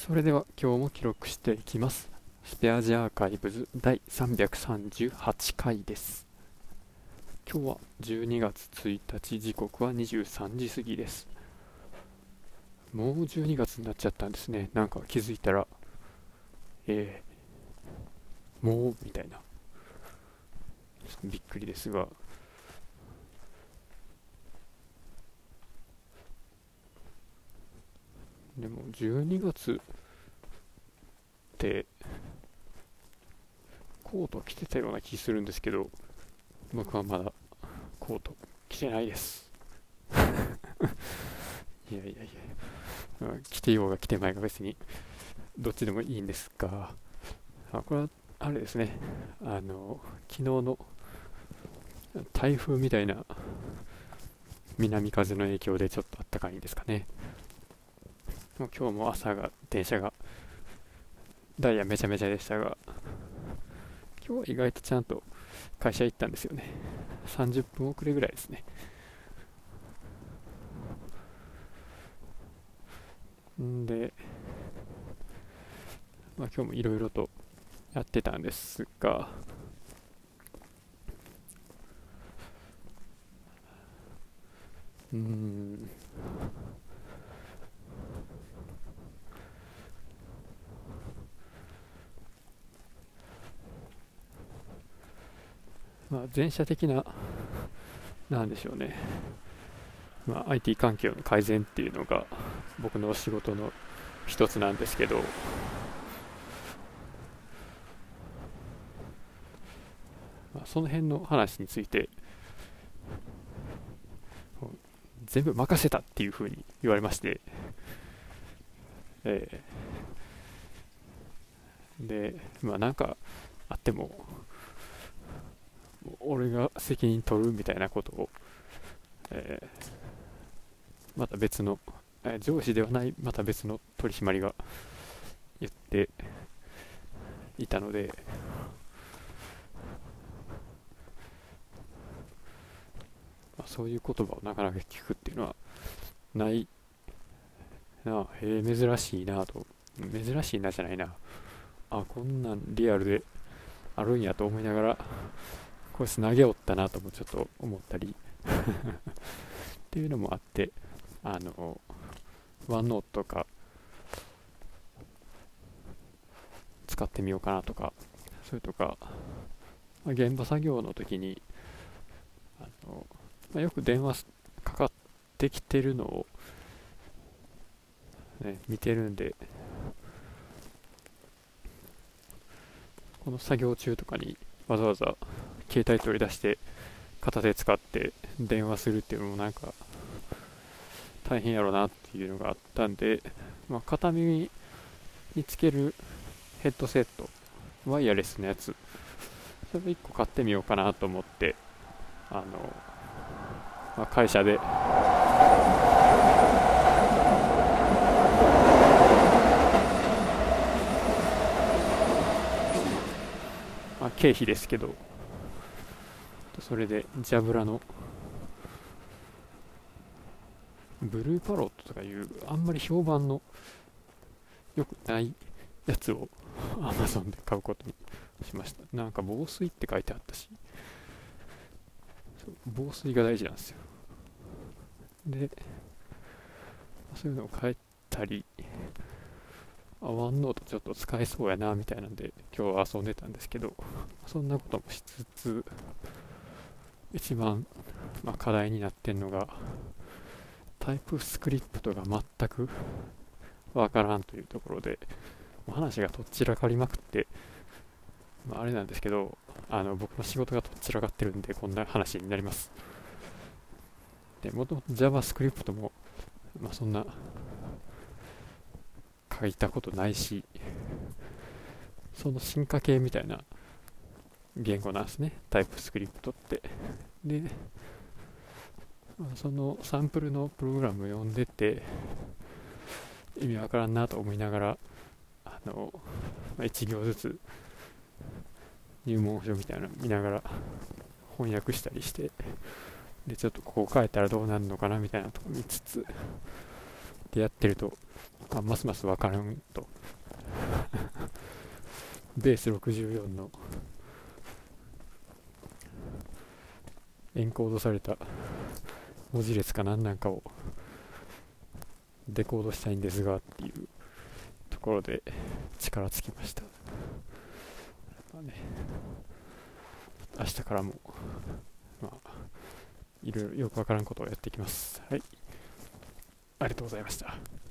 それでは今日も記録していきます。スペアジアーカイブズ第338回です。今日は12月1日、時刻は23時過ぎです。もう12月になっちゃったんですね。なんか気づいたら、もうみたいな。びっくりですが、でも12月ってコート着てたような気するんですけど、僕はまだコート着てないです。いやいやいや、着てようが着てまいが別にどっちでもいいんですが、これはあれですね、昨日の台風みたいな南風の影響でちょっとあったかいんですかね。もう今日も朝が電車がダイヤめちゃめちゃでしたが、今日は意外とちゃんと会社行ったんですよね。30分遅れぐらいですね。んで、今日もいろいろとやってたんですが、うーん前者的な、なんでしょうね、IT 環境の改善っていうのが僕の仕事の一つなんですけど、その辺の話について全部任せたっていうふうに言われまして、えでなんかあっても俺が責任取るみたいなことを、えまた別の、上司ではないまた別の取締りが言っていたので、そういう言葉をなかなか聞くっていうのはないな。珍しいなと、珍しいなじゃないな、こんなんリアルであるんやと思いながら、こいつ投げおったなともちょっと思ったりっていうのもあって、ワンノートとか使ってみようかなとか、それとか、現場作業の時によく電話かかってきてるのを、見てるんで、この作業中とかにわざわざ携帯取り出して片手使って電話するっていうのもなんか大変やろなっていうのがあったんで、片耳につけるヘッドセット、ワイヤレスのやつ、それ1個買ってみようかなと思って、会社で経費ですけど、それでジャブラのブルーパロットとかいうあんまり評判の良くないやつを Amazon で買うことにしました。なんか防水って書いてあったし、防水が大事なんですよ。で、そういうのを変えたり、ワンノートちょっと使えそうやなみたいなんで今日は遊んでたんですけど、そんなこともしつつ、一番、課題になってんのがタイプスクリプトが全くわからんというところで、話がとっちらかりまくって、あれなんですけど、僕の仕事がとっちらかってるんでこんな話になります。で、もともと JavaScript も、そんな書いたことないし、その進化系みたいな言語なんですね、タイプスクリプトって。で、そのサンプルのプログラムを読んでて意味わからんなと思いながら、1行ずつ入門書みたいなの見ながら翻訳したりして、でちょっとここ変えたらどうなるのかなみたいなとこ見つつ、 でやってると、ますますわからんと。ベース64のエンコードされた文字列か何なんかをデコードしたいんですがっていうところで力尽きました。明日からもいろいろよくわからんことをやっていきます。はい、ありがとうございました。